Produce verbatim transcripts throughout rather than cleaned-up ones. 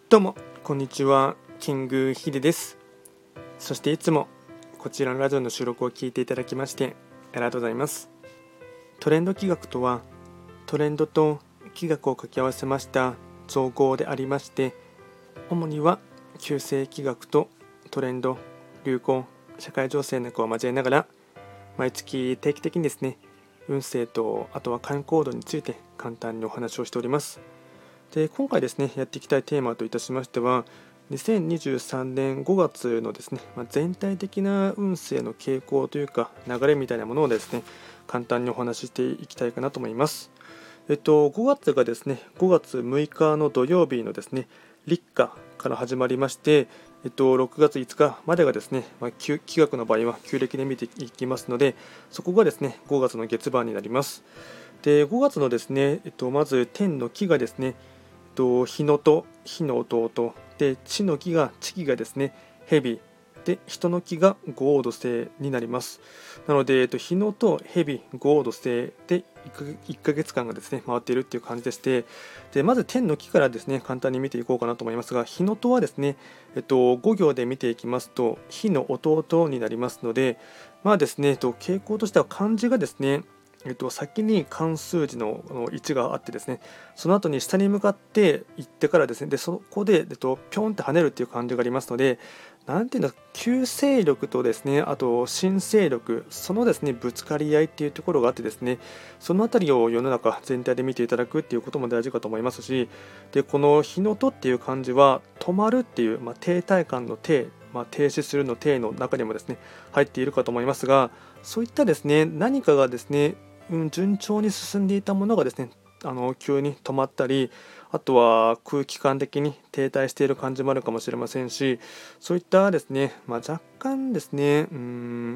どうもこんにちは、キングヒデです。そしていつもこちらのラジオの収録を聞いていただきましてありがとうございます。トレンド企画とは、トレンドと企画を掛け合わせました造語でありまして、主には旧世企画とトレンド、流行、社会情勢などを交えながら、毎月定期的にですね、運勢とあとは観光度について簡単にお話をしております。で今回ですね、やっていきたいテーマといたしましては、にせんにじゅうさんねんごがつのですね、まあ、全体的な運勢の傾向というか流れみたいなものをですね、簡単にお話ししていきたいかなと思います。えっと、ごがつがですね、ごがつむいかの土曜日のですね、立夏から始まりまして、えっと、ろくがついつかまでがですね、まあ、旧気学の場合は旧暦で見ていきますので、そこがですね、ごがつの月番になります。で、ごがつのですね、えっと、まず天の木がですね、日のと火の弟で、地の木が地木がですね、蛇で、人の木が五黄土星になります。なので、えっと、日のと蛇、五黄土星でいっかげつかんがですね、回っているっていう感じでして、でまず天の木からですね、簡単に見ていこうかなと思いますが、日のとはですね、えっと、ご行で見ていきますと、火の弟になりますので、まあですね、えっと、傾向としては漢字がですね、えっと、先に漢数字のいちがあってですね、その後に下に向かっていってからですね、でそこで、えっと、ピョンって跳ねるっていう感じがありますので、なんていうんだ、旧勢力とですね、あと新勢力、そのですね、ぶつかり合いっていうところがあってですね、そのあたりを世の中全体で見ていただくっていうことも大事かと思いますし、でこの日のとっていう漢字は、止まるっていう、まあ、停滞感の停、まあ、停止するの停の中にもですね、入っているかと思いますが、そういったですね、何かがですね、うん、順調に進んでいたものがですね、あの急に止まったり、あとは空気感的に停滞している感じもあるかもしれませんし、そういったですね、まあ、若干ですね、うん、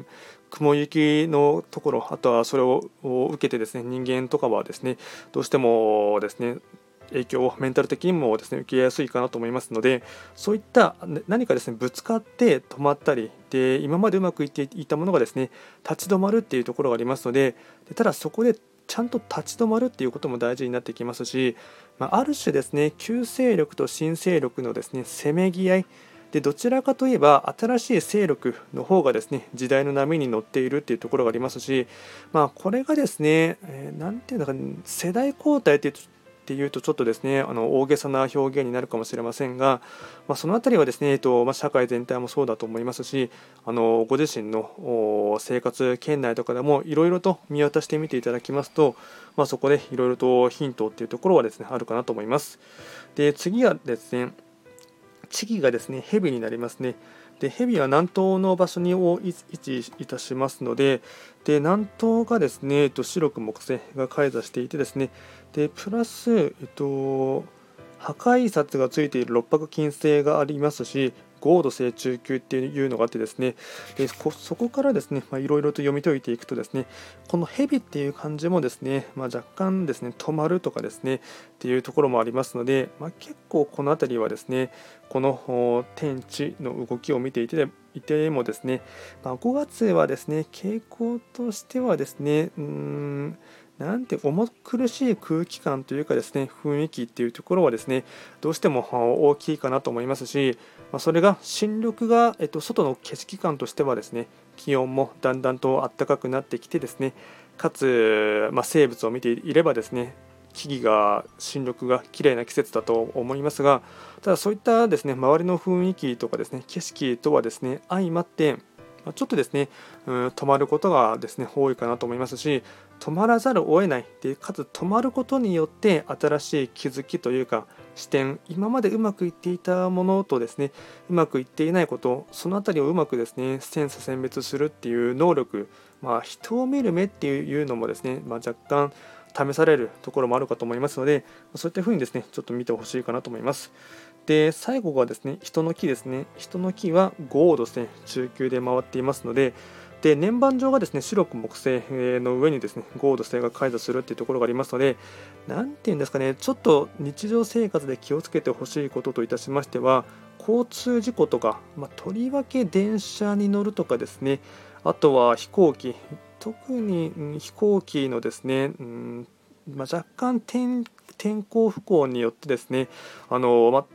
雲行きのところ、あとはそれを受けてですね、人間とかはですね、どうしてもですね、影響をメンタル的にもですね、受けやすいかなと思いますので、そういった何かですね、ぶつかって止まったりで、今までうまくいっていたものがですね、立ち止まるっていうところがありますので、でただそこでちゃんと立ち止まるっていうことも大事になってきますし、まあ、ある種ですね、旧勢力と新勢力のですね、せめぎ合いで、どちらかといえば新しい勢力の方がですね、時代の波に乗っているっていうところがありますし、まあ、これがですね、えー、なんていうのか、世代交代っていうっていうとちょっとですね、あの大げさな表現になるかもしれませんが、まあ、そのあたりはですね、えっとまあ、社会全体もそうだと思いますし、あのご自身の生活圏内とかでもいろいろと見渡してみていただきますと、まあ、そこでいろいろとヒントっていうところはですね、あるかなと思います。で次はですね、地域がですね、蛇になりますね。で蛇は南東の場所に位置いたしますので、で南東がですね、えっと、白く木星が開座していてですね、でプラス、えっと、破壊札がついている六白金星がありますし、ゴード星中級っていうのがあってですね、でそこからですね、いろいろと読み解いていくとですね、この蛇っていう漢字もですね、まあ、若干ですね、止まるとかですねっていうところもありますので、まあ、結構この辺りはですね、この天地の動きを見ていていてもですね、まあ、ごがつはですね、傾向としてはですね、うーんなんて重苦しい空気感というかですね、雰囲気っていうところはですね、どうしても大きいかなと思いますし、まあ、それが新緑が、えっと、外の景色感としてはですね、気温もだんだんと暖かくなってきてですね、かつ、まあ、生物を見ていればですね、木々が新緑が綺麗な季節だと思いますが、ただそういったですね、周りの雰囲気とかですね、景色とはですね、相まってちょっとですね、うん、止まることがですね、多いかなと思いますし、止まらざるを得ないで、かつ止まることによって新しい気づきというか視点、今までうまくいっていたものとですね、うまくいっていないこと、そのあたりをうまくですね、千差選別するっていう能力、まあ、人を見る目っていうのもですね、まあ、若干試されるところもあるかと思いますので、そういったふうにですね、ちょっと見てほしいかなと思います。で最後がですね、人の木ですね。人の木はご黄土星中級で回っていますので、で年番上がですね、白く木星の上にですね、ご黄土星が開座するっていうところがありますので、なんていうんですかね、ちょっと日常生活で気をつけてほしいことといたしましては、交通事故とか、まあ、とりわけ電車に乗るとかですね、あとは飛行機、特に、うん、飛行機のですね、うんまあ、若干天天候不幸によってですね、あのま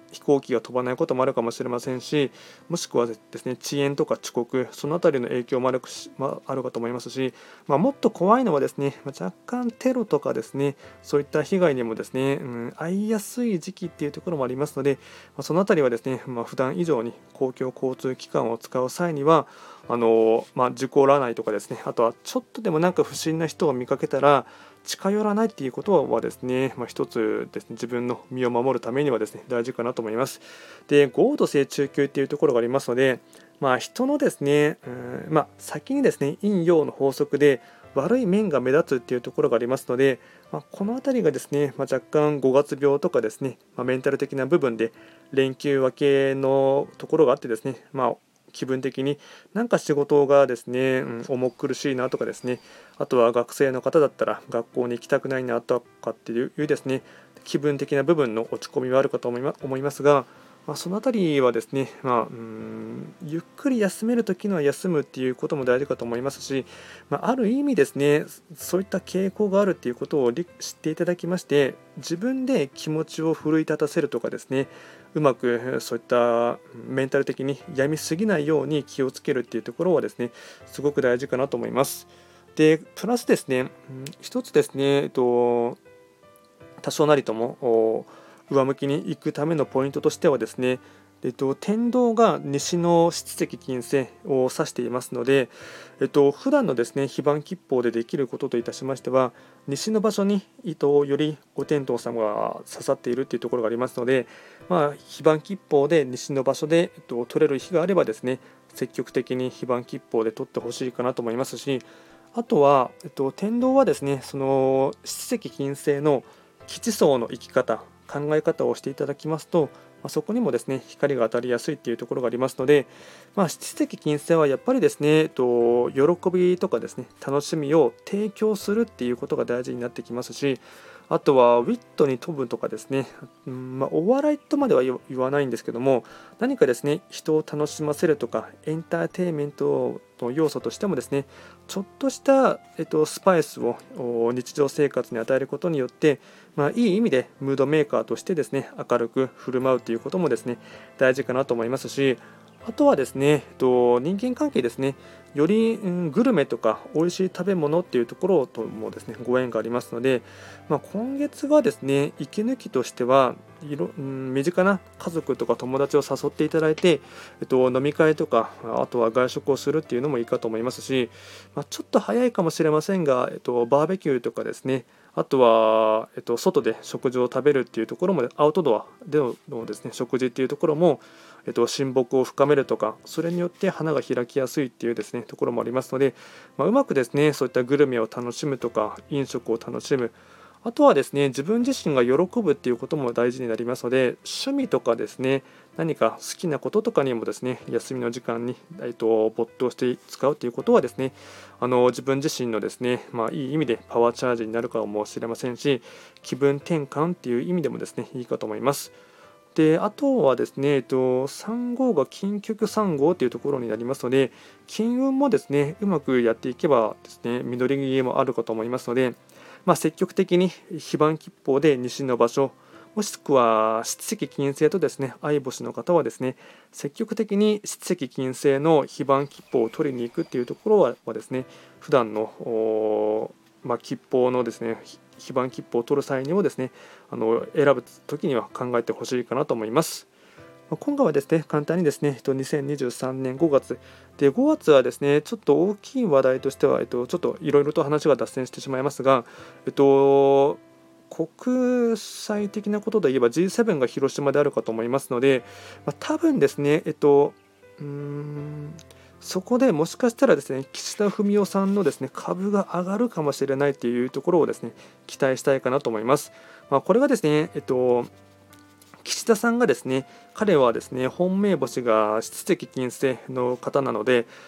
飛行機が飛ばないこともあるかもしれませんし、もしくはですね遅延とか遅刻、そのあたりの影響もあるし、まあ、あるかと思いますし、まあ、もっと怖いのはですね若干テロとかですねそういった被害にもですね、うん、遭いやすい時期っていうところもありますので、まあ、そのあたりはですね、まあ、普段以上に公共交通機関を使う際にはあの、まあ、事故らないとかですね、あとはちょっとでもなんか不審な人を見かけたら近寄らないっていうことはですね、まあ、一つですね、自分の身を守るためにはですね、大事かなと思います。で、豪土性中級っていうところがありますので、まあ、人のですね、うんまあ、先にですね、陰陽の法則で悪い面が目立つっていうところがありますので、まあ、この辺りがですね、まあ、若干ごがつ病とかですね、まあ、メンタル的な部分で連休明けのところがあってですね、まあ気分的になんか仕事がですね、うん、重苦しいなとかですね、あとは学生の方だったら学校に行きたくないなとかっていうですね、気分的な部分の落ち込みはあるかと思いますが、まあ、そのあたりはですね、まあ、うんゆっくり休めるときには休むっていうことも大事かと思いますし、まあ、ある意味ですね、そういった傾向があるっていうことを知っていただきまして、自分で気持ちを奮い立たせるとかですね、うまくそういったメンタル的に病みすぎないように気をつけるっていうところはですね、すごく大事かなと思います。で、プラスですね、一つですね、えっと、多少なりとも上向きに行くためのポイントとしてはですね、えっと、天道が西の七石金星を指していますので、えっと、普段のですね非番吉報でできることといたしましては、西の場所に糸よりお天道様が刺さっているというところがありますので、まあ、非番吉報で西の場所で、えっと、取れる日があればですね、積極的に非番吉報で取ってほしいかなと思いますし、あとは、えっと、天道はですね、その七石金星の基地層の生き方、考え方をしていただきますと、まあ、そこにもですね光が当たりやすいっていうところがありますので、まあ、七石金星はやっぱりですね、えっと、喜びとかですね楽しみを提供するっていうことが大事になってきますし、あとはウィットに富むとかですね、うんまあ、お笑いとまでは言わないんですけども、何かですね人を楽しませるとかエンターテインメントの要素としてもですね、ちょっとした、えっと、スパイスを日常生活に与えることによって、まあ、いい意味でムードメーカーとしてですね明るく振る舞うということもですね大事かなと思いますし、あとはですね、えっと、人間関係ですね、より、うん、グルメとか美味しい食べ物っていうところともですねご縁がありますので、まあ、今月はですね息抜きとしてはいろ、うん、身近な家族とか友達を誘っていただいて、えっと、飲み会とかあとは外食をするっていうのもいいかと思いますし、まあ、ちょっと早いかもしれませんが、えっと、バーベキューとかですね、あとは、えっと、外で食事を食べるっていうところもアウトドアでのですね食事っていうところも、えっと、親睦を深めるとか、それによって花が開きやすいっていうですねところもありますので、まあ、うまくですねそういったグルメを楽しむとか飲食を楽しむ、あとはですね自分自身が喜ぶっていうことも大事になりますので、趣味とかですね何か好きなこととかにもですね休みの時間に、えっと、没頭して使うということはですね、あの自分自身のですね、まあ、いい意味でパワーチャージになるかもしれませんし、気分転換っていう意味でもですねいいかと思います。であとはですね、えっと、さん号が金局さん号というところになりますので、金運もですねうまくやっていけばですね実り気もあるかと思いますので、まあ、積極的に非番吉報で西の場所、もしくは七石金星とですね相星の方はですね積極的に七石金星の非番吉報を取りに行くっていうところはですね、普段のまあ、吉報のですね非番吉報を取る際にもですねあの選ぶ時には考えてほしいかなと思います。今回はですね簡単にですねにせんにじゅうさんねんごがつで、ごがつはですねちょっと大きい話題としては、えっと、ちょっといろいろと話が脱線してしまいますが、えっと国際的なことで言えば ジーセブン が広島であるかと思いますので、まあ、多分ですねえっとうーんそこでもしかしたらですね岸田文雄さんのですね株が上がるかもしれないというところをですね期待したいかなと思います。まあ、これがですねえっと岸田さんがですね、彼はですね本命星が七石金星の方なので、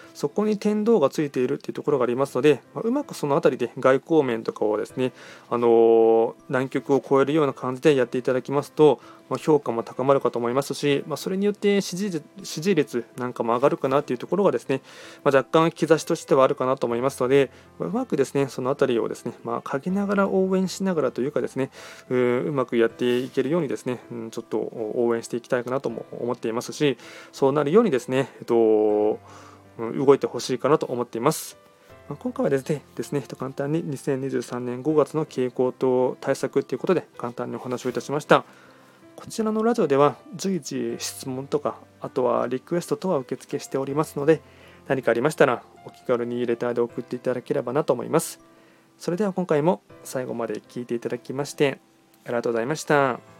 そこに天道がついているっていうところがありますので、まあ、うまくそのあたりで外交面とかをですね、あのー難局を超えるような感じでやっていただきますと、まあ、評価も高まるかと思いますし、まあ、それによって支持率支持率なんかも上がるかなというところがですね、まあ、若干兆しとしてはあるかなと思いますので、まあ、うまくですねそのあたりをですね、まあ、陰ながら応援しながらというかですね、ううまくやっていけるようにですね、うん、ちょっと応援していきたいかなとも思っていますし、そうなるようにですね、えっと、うん動いてほしいかなと思っています。まあ今回はですね、ですね簡単ににせんにじゅうさんねんごがつの傾向と対策ということで簡単にお話をいたしました。こちらのラジオでは随時質問とか、あとはリクエストとは受付しておりますので、何かありましたらお気軽にレターで送っていただければなと思います。それでは今回も最後まで聞いていただきましてありがとうございました。